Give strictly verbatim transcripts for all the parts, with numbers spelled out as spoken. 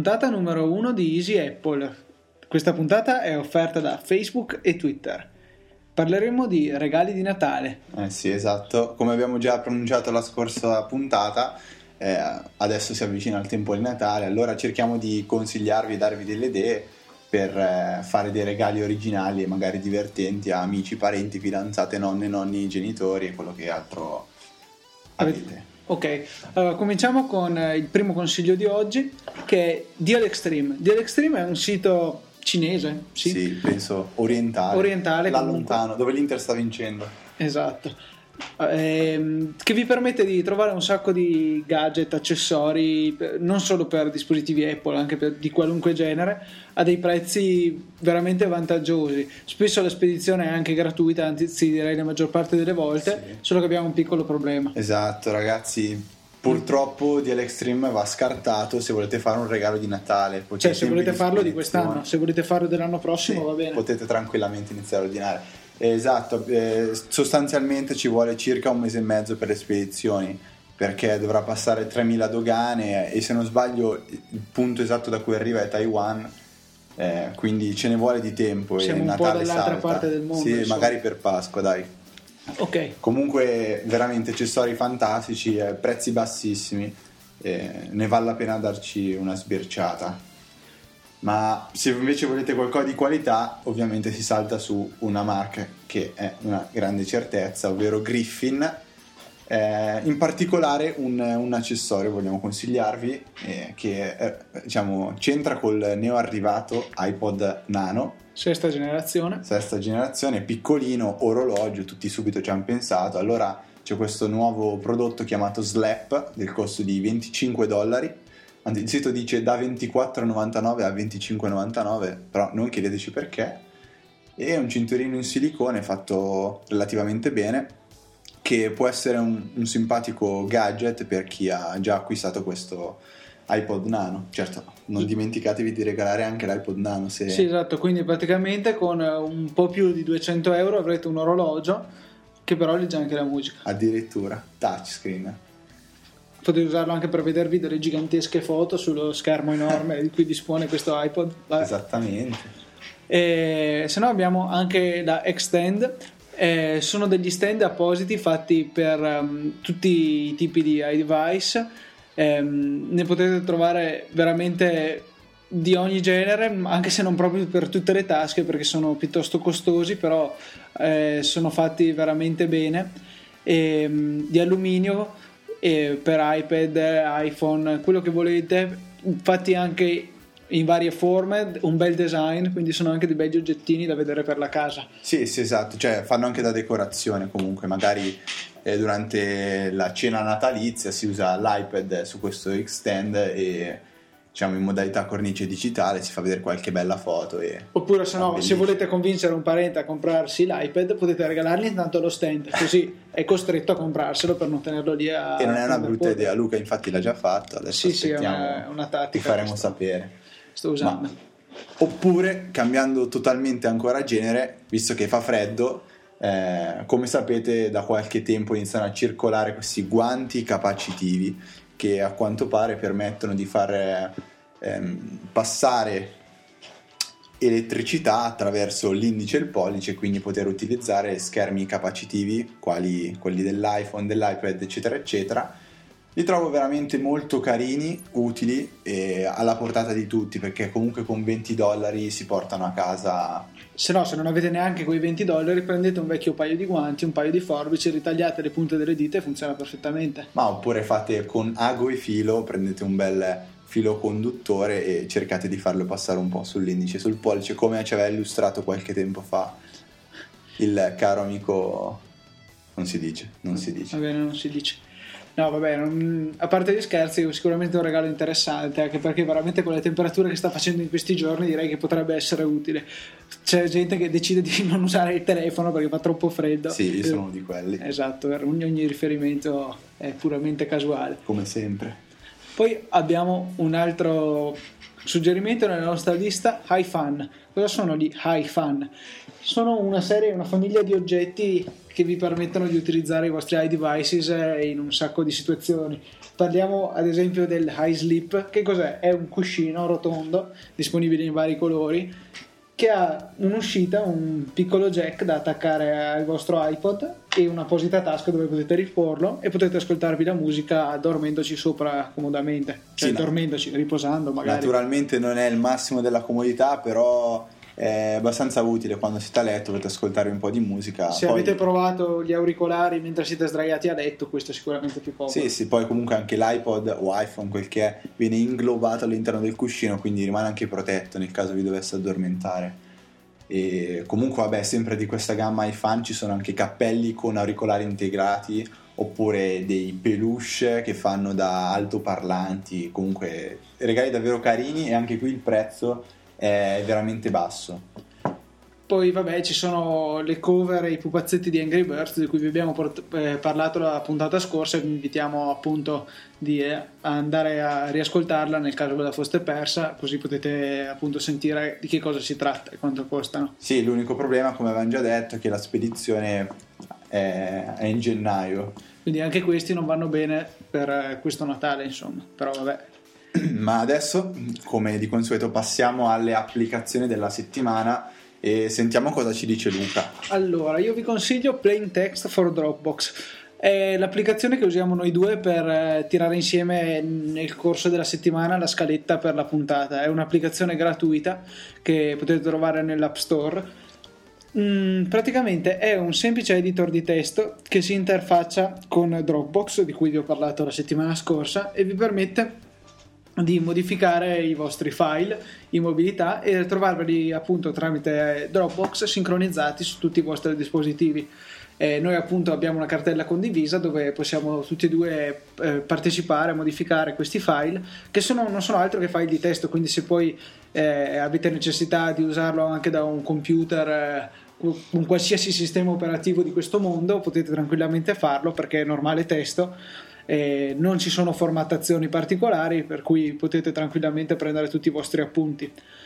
puntata numero uno di Easy Apple. Questa puntata è offerta da Facebook e Twitter. Parleremo di regali di Natale. Eh sì, esatto. Come abbiamo già pronunciato la scorsa puntata, eh, adesso si avvicina il tempo di Natale, allora cerchiamo di consigliarvi e darvi delle idee per eh, fare dei regali originali e magari divertenti a amici, parenti, fidanzate, nonne, nonni, genitori e quello che altro avete. Ok, allora cominciamo con il primo consiglio di oggi, che è Deal Extreme. Deal Extreme è un sito cinese, sì, sì penso orientale, orientale là comunque. Lontano, dove l'Inter sta vincendo. Esatto, ehm, che vi permette di trovare un sacco di gadget, accessori, non solo per dispositivi Apple, anche per, di qualunque genere, a dei prezzi veramente vantaggiosi. Spesso la spedizione è anche gratuita, anzi direi la maggior parte delle volte, sì. Solo che abbiamo un piccolo problema. Esatto, ragazzi, purtroppo D L Extreme va scartato se volete fare un regalo di Natale. Cioè, se volete farlo di quest'anno, se volete farlo dell'anno prossimo, sì, va bene. Potete tranquillamente iniziare a ordinare. Esatto, eh, sostanzialmente ci vuole circa un mese e mezzo per le spedizioni, perché dovrà passare tremila dogane e, se non sbaglio, il punto esatto da cui arriva è Taiwan, eh, quindi ce ne vuole di tempo. Siamo e un Natale po' dall'altra salta. parte del mondo. Sì, insomma. Magari per Pasqua, dai. Ok. Comunque veramente accessori fantastici, eh, prezzi bassissimi, eh, ne vale la pena darci una sbirciata. Ma se invece volete qualcosa di qualità, ovviamente si salta su una marca che è una grande certezza, ovvero Griffin. Eh, in particolare un, un accessorio vogliamo consigliarvi eh, che eh, diciamo c'entra col neo arrivato iPod Nano. Sesta generazione. Sesta generazione, piccolino, orologio, tutti subito ci hanno pensato. Allora c'è questo nuovo prodotto chiamato Slap del costo di venticinque dollari. Il sito dice da ventiquattro virgola novantanove a venticinque virgola novantanove, però non chiedeteci perché. È un cinturino in silicone fatto relativamente bene, che può essere un, un simpatico gadget per chi ha già acquistato questo iPod Nano. Certo, non dimenticatevi di regalare anche l'iPod Nano se... Sì, esatto, quindi praticamente con un po' più di duecento euro avrete un orologio che però legge anche la musica. Addirittura, touchscreen. Potete usarlo anche per vedervi delle gigantesche foto sullo schermo enorme di cui dispone questo iPod. Vabbè. Esattamente. E se no abbiamo anche da Extend. Eh, sono degli stand appositi fatti per um, tutti i tipi di iDevice. Eh, ne potete trovare veramente di ogni genere, anche se non proprio per tutte le tasche, perché sono piuttosto costosi, però eh, sono fatti veramente bene. E, um, di alluminio, e per iPad, iPhone, quello che volete, fatti anche in varie forme, un bel design, quindi sono anche dei begli oggettini da vedere per la casa. Sì, sì, esatto, cioè fanno anche da decorazione comunque, magari eh, durante la cena natalizia si usa l'iPad su questo Extend e diciamo in modalità cornice digitale si fa vedere qualche bella foto e... Oppure se no, se volete convincere un parente a comprarsi l'iPad, potete regalargli intanto lo stand, così è costretto a comprarselo per non tenerlo lì a... E non è una brutta idea, Luca infatti l'ha già fatto, adesso sì, aspettiamo, sì, è una, una tattica. ti faremo questa. sapere. Sto usando. Ma, oppure, cambiando totalmente ancora genere, visto che fa freddo, eh, come sapete da qualche tempo iniziano a circolare questi guanti capacitivi che a quanto pare permettono di far ehm, passare elettricità attraverso l'indice e il pollice, quindi poter utilizzare schermi capacitivi quali quelli dell'iPhone, dell'iPad, eccetera eccetera. Li trovo veramente molto carini, utili e alla portata di tutti, perché comunque con venti dollari si portano a casa. Se no, se non avete neanche quei venti dollari, prendete un vecchio paio di guanti, un paio di forbici, ritagliate le punte delle dita e funziona perfettamente. Ma oppure fate con ago e filo, prendete un bel filo conduttore e cercate di farlo passare un po' sull'indice, sul pollice, come ci aveva illustrato qualche tempo fa il caro amico... non si dice, non si dice. Va bene, non si dice. No, vabbè, non, a parte gli scherzi, sicuramente è un regalo interessante, anche perché veramente con le temperature che sta facendo in questi giorni direi che potrebbe essere utile. C'è gente che decide di non usare il telefono perché fa troppo freddo. Sì, io sono uno di quelli. Esatto, ogni, ogni riferimento è puramente casuale. Come sempre. Poi abbiamo un altro suggerimento nella nostra lista, HiFun. Cosa sono gli HiFun? Sono una serie, una famiglia di oggetti che vi permettono di utilizzare i vostri iDevices in un sacco di situazioni. Parliamo ad esempio del High Sleep. Che cos'è? È un cuscino rotondo disponibile in vari colori che ha un'uscita, un piccolo jack da attaccare al vostro iPod e un'apposita tasca dove potete riporlo e potete ascoltarvi la musica dormendoci sopra comodamente, cioè sì, dormendoci, riposando magari. Naturalmente non è il massimo della comodità, però è abbastanza utile quando siete a letto, potete ascoltare un po' di musica. Se poi... avete provato gli auricolari mentre siete sdraiati a letto, questo è sicuramente più comodo. Sì, sì, poi comunque anche l'iPod o iPhone, quel che è, viene inglobato all'interno del cuscino, quindi rimane anche protetto nel caso vi dovesse addormentare. E comunque vabbè, sempre di questa gamma iPhone ci sono anche cappelli con auricolari integrati oppure dei peluche che fanno da altoparlanti, comunque regali davvero carini e anche qui il prezzo è veramente basso. Poi vabbè, ci sono le cover e i pupazzetti di Angry Birds di cui vi abbiamo port- eh, parlato la puntata scorsa, e vi invitiamo appunto di eh, andare a riascoltarla nel caso ve la foste persa, così potete appunto sentire di che cosa si tratta e quanto costano. Sì, l'unico problema, come avevamo già detto, è che la spedizione è, è in gennaio, quindi anche questi non vanno bene per eh, questo Natale, insomma, però vabbè. Ma adesso, come di consueto, passiamo alle applicazioni della settimana e sentiamo cosa ci dice Luca. Allora, io vi consiglio Plain Text for Dropbox. È l'applicazione che usiamo noi due per eh, tirare insieme nel corso della settimana la scaletta per la puntata. È un'applicazione gratuita che potete trovare nell'App Store. Mm, praticamente è un semplice editor di testo che si interfaccia con Dropbox, di cui vi ho parlato la settimana scorsa, e vi permette di modificare i vostri file in mobilità e trovarveli appunto tramite Dropbox sincronizzati su tutti i vostri dispositivi. Eh, noi appunto abbiamo una cartella condivisa dove possiamo tutti e due eh, partecipare, modificare questi file che sono, non sono altro che file di testo, quindi se poi eh, avete necessità di usarlo anche da un computer, eh, un qualsiasi sistema operativo di questo mondo, potete tranquillamente farlo perché è normale testo. Eh, non ci sono formattazioni particolari, per cui potete tranquillamente prendere tutti i vostri appunti.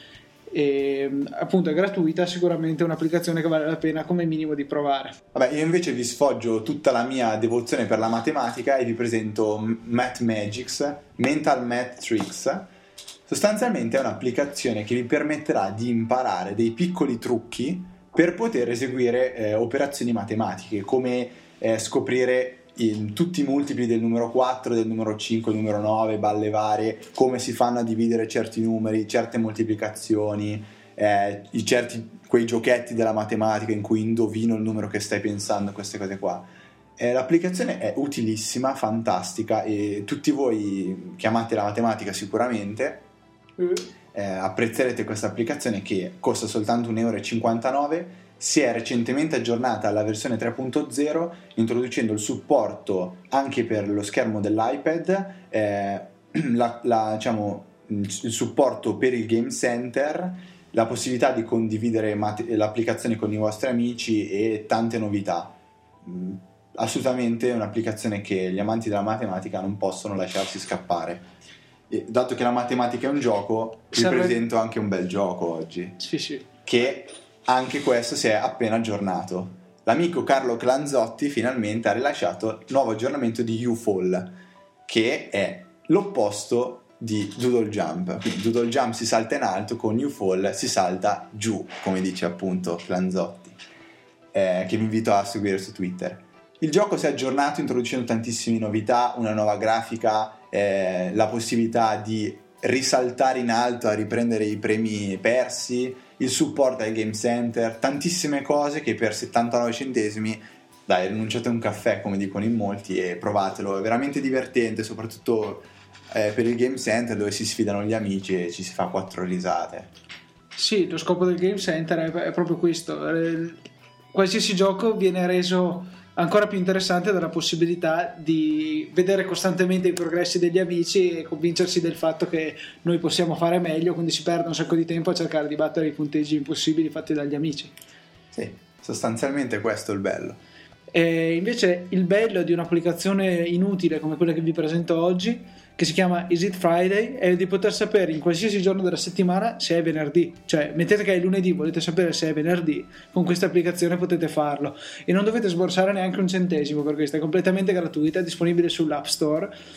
E, appunto è gratuita, sicuramente è un'applicazione che vale la pena come minimo di provare. Vabbè, io invece vi sfoggio tutta la mia devozione per la matematica e vi presento Math Magics, Mental Math Tricks. Sostanzialmente è un'applicazione che vi permetterà di imparare dei piccoli trucchi per poter eseguire eh, operazioni matematiche, come eh, scoprire in tutti i multipli del numero quattro, del numero cinque, del numero nove, balle varie, come si fanno a dividere certi numeri, certe moltiplicazioni, eh, i certi, quei giochetti della matematica in cui indovino il numero che stai pensando, queste cose qua. Eh, l'applicazione è utilissima, fantastica, e tutti voi che amate la matematica sicuramente eh, apprezzerete questa applicazione che costa soltanto un euro e cinquantanove. Si è recentemente aggiornata alla versione tre punto zero, introducendo il supporto anche per lo schermo dell'iPad, eh, la, la, diciamo, il supporto per il Game Center, la possibilità di condividere mate- l'applicazione con i vostri amici e tante novità. Assolutamente un'applicazione che gli amanti della matematica non possono lasciarsi scappare. E dato che la matematica è un gioco, vi Serve... presento anche un bel gioco oggi. Sì, sì. Che anche questo si è appena aggiornato. L'amico Carlo Clanzotti finalmente ha rilasciato il nuovo aggiornamento di U-Fall, che è l'opposto di Doodle Jump. Quindi Doodle Jump si salta in alto, con U-Fall si salta giù, come dice appunto Clanzotti, eh, che vi invito a seguire su Twitter. Il gioco si è aggiornato introducendo tantissime novità, una nuova grafica, eh, la possibilità di risaltare in alto a riprendere i premi persi, il supporto al Game Center, tantissime cose che per settantanove centesimi, dai, rinunciate a un caffè come dicono in molti e provatelo, è veramente divertente, soprattutto eh, per il Game Center dove si sfidano gli amici e ci si fa quattro risate. Sì, lo scopo del Game Center è, è proprio questo, eh, qualsiasi gioco viene reso ancora più interessante dalla possibilità di vedere costantemente i progressi degli amici e convincersi del fatto che noi possiamo fare meglio, quindi si perde un sacco di tempo a cercare di battere i punteggi impossibili fatti dagli amici. Sì, sostanzialmente questo è il bello. E invece il bello di un'applicazione inutile come quella che vi presento oggi, che si chiama Is It Friday, è di poter sapere in qualsiasi giorno della settimana se è venerdì. Cioè mettete che è lunedì, volete sapere se è venerdì, con questa applicazione potete farlo e non dovete sborsare neanche un centesimo per questa, è completamente gratuita, è disponibile sull'App Store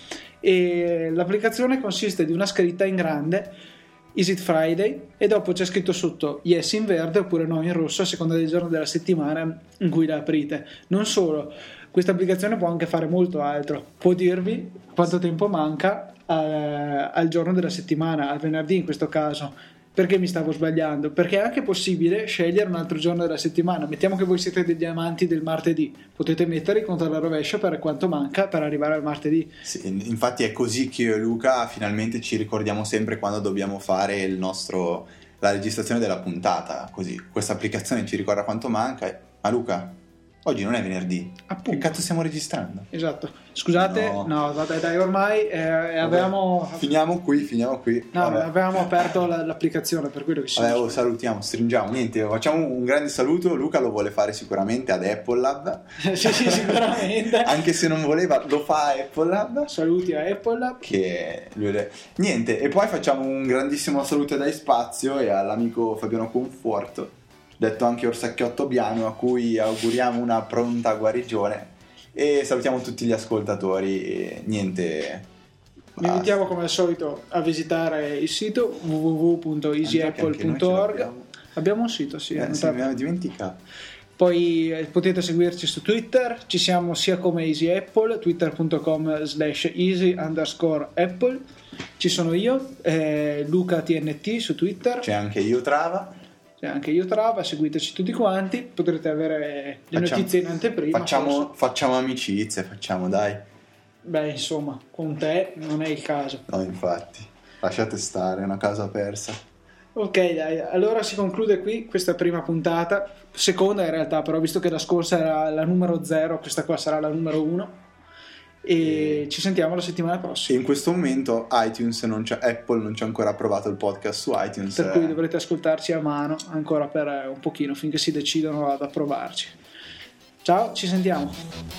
e l'applicazione consiste di una scritta in grande: Is it Friday? E dopo c'è scritto sotto yes in verde oppure no in rosso a seconda del giorno della settimana in cui la aprite. Non solo, questa applicazione può anche fare molto altro, può dirvi quanto tempo manca al, al giorno della settimana, al venerdì in questo caso. Perché mi stavo sbagliando? Perché è anche possibile scegliere un altro giorno della settimana. Mettiamo che voi siete degli amanti del martedì, potete mettere il conto alla rovescia per quanto manca per arrivare al martedì. Sì, infatti è così che io e Luca finalmente ci ricordiamo sempre quando dobbiamo fare il nostro, la registrazione della puntata, così questa applicazione ci ricorda quanto manca. Ma Luca, oggi non è venerdì. Appunto. Che cazzo stiamo registrando? Esatto. Scusate, no, no vabbè, dai, ormai eh, avevamo. Finiamo qui, finiamo qui. No, vabbè. avevamo aperto la, l'applicazione, per quello che ci vabbè, oh, salutiamo, stringiamo. Niente, facciamo un grande saluto. Luca lo vuole fare sicuramente ad Apple Lab. sì, sì, sicuramente. Anche se non voleva, lo fa a Apple Lab. Saluti a Apple Lab. Che lui... Niente, e poi facciamo un grandissimo saluto dai Spazio e all'amico Fabiano Conforto, detto anche Orsacchiotto Biano, a cui auguriamo una pronta guarigione, e salutiamo tutti gli ascoltatori e niente. Vi invitiamo come al solito a visitare il sito w w w punto easy apple punto org. Abbiamo. abbiamo un sito, sì, eh, sì, mi avevo dimenticato. Poi eh, potete seguirci su Twitter, ci siamo sia come Easy Apple, twitter punto com slash easy underscore apple. Ci sono io, eh, Luca T N T su Twitter. C'è anche io Trava. Anche io Trava, seguiteci tutti quanti, potrete avere le facciamo, notizie in anteprima. Facciamo, facciamo amicizie, facciamo dai. Beh, insomma, con te non è il caso. No, infatti, lasciate stare, è una casa persa. Ok, dai, allora si conclude qui questa prima puntata, seconda in realtà, però visto che la scorsa era la numero zero, questa qua sarà la numero uno. E ci sentiamo la settimana prossima. In questo momento iTunes non c'è, Apple non ci ha ancora approvato il podcast su iTunes, per cui dovrete ascoltarci a mano ancora per un pochino finché si decidono ad approvarci. Ciao, ci sentiamo.